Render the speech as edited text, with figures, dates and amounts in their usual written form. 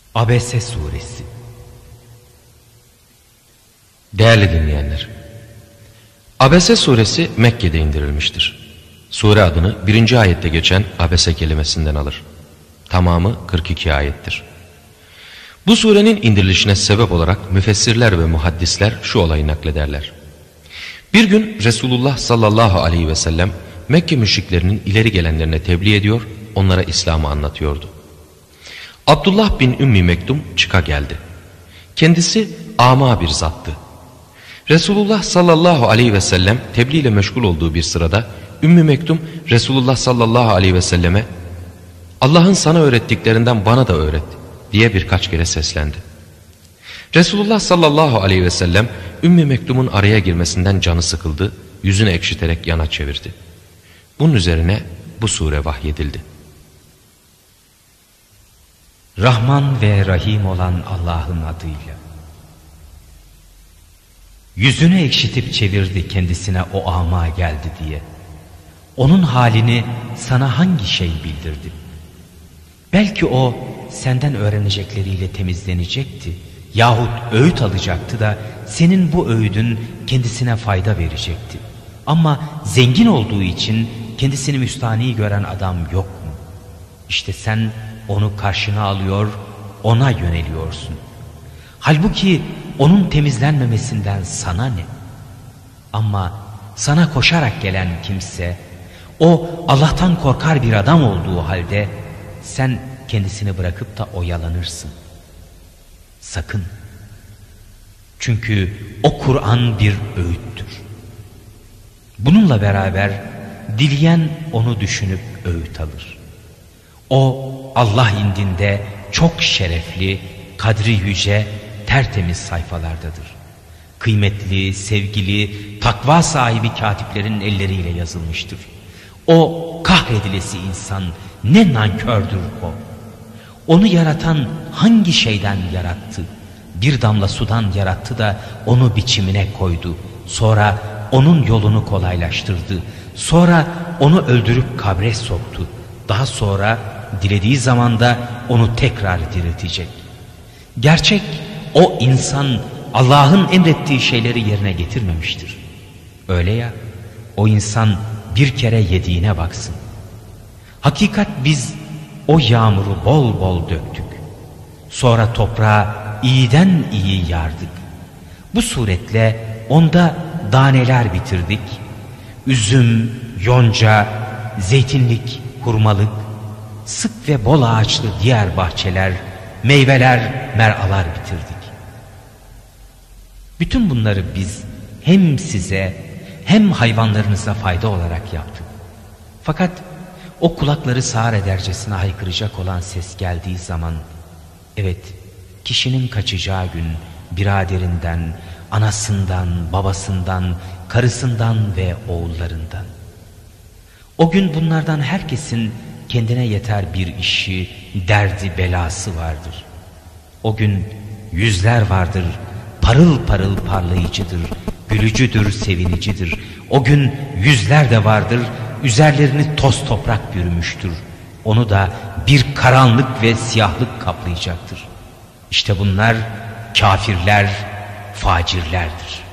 Abese Suresi. Değerli dinleyenler, Abese suresi Mekke'de indirilmiştir. Sure adını 1. ayette geçen abese kelimesinden alır. Tamamı 42 ayettir. Bu surenin indirilişine sebep olarak müfessirler ve muhaddisler şu olayı naklederler. Bir gün Resulullah sallallahu aleyhi ve sellem Mekke müşriklerinin ileri gelenlerine tebliğ ediyor, onlara İslam'ı anlatıyordu. Abdullah bin Ümmi Mektum çıka geldi. Kendisi ama bir zattı. Resulullah sallallahu aleyhi ve sellem tebliğ ile meşgul olduğu bir sırada Ümmü Mektum Resulullah sallallahu aleyhi ve selleme "Allah'ın sana öğrettiklerinden bana da öğret" diye birkaç kere seslendi. Resulullah sallallahu aleyhi ve sellem Ümmü Mektum'un araya girmesinden canı sıkıldı, yüzünü ekşiterek yana çevirdi. Bunun üzerine bu sure vahyedildi. Rahman ve Rahim olan Allah'ın adıyla. Yüzünü ekşitip çevirdi kendisine o ama geldi diye. Onun halini sana hangi şey bildirdi? Belki o senden öğrenecekleriyle temizlenecekti. Yahut öğüt alacaktı da senin bu öğüdün kendisine fayda verecekti. Ama zengin olduğu için kendisini müstahni gören adam yok mu? İşte sen onu karşına alıyor, ona yöneliyorsun. Halbuki onun temizlenmemesinden sana ne? Ama sana koşarak gelen kimse, o Allah'tan korkar bir adam olduğu halde sen kendisini bırakıp da oyalanırsın. Sakın. Çünkü o Kur'an bir öğüttür. Bununla beraber dileyen onu düşünüp öğüt alır. O Allah indinde çok şerefli, kadri yüce, tertemiz sayfalardadır. Kıymetli, sevgili, takva sahibi katiplerin elleriyle yazılmıştır. O kahredilesi insan ne nankördür o. Onu yaratan hangi şeyden yarattı? Bir damla sudan yarattı da onu biçimine koydu. Sonra onun yolunu kolaylaştırdı. Sonra onu öldürüp kabre soktu. Daha sonra dilediği zamanda onu tekrar diriltecek. Gerçek o insan Allah'ın emrettiği şeyleri yerine getirmemiştir. Öyle ya, o insan bir kere yediğine baksın. Hakikat biz o yağmuru bol bol döktük. Sonra toprağa iyiden iyi yardık. Bu suretle onda daneler bitirdik. Üzüm, yonca, zeytinlik, hurmalık, sık ve bol ağaçlı diğer bahçeler, meyveler, meralar bitirdik. Bütün bunları biz hem size hem hayvanlarınıza fayda olarak yaptık. Fakat o kulakları sağır edercesine haykıracak olan ses geldiği zaman, evet, kişinin kaçacağı gün biraderinden, anasından, babasından, karısından ve oğullarından. O gün bunlardan herkesin kendine yeter bir işi, derdi, belası vardır. O gün yüzler vardır, parıl parıl parlayıcıdır, gülücüdür, sevinicidir. O gün yüzler de vardır, üzerlerini toz toprak bürümüştür. Onu da bir karanlık ve siyahlık kaplayacaktır. İşte bunlar kafirler, facirlerdir.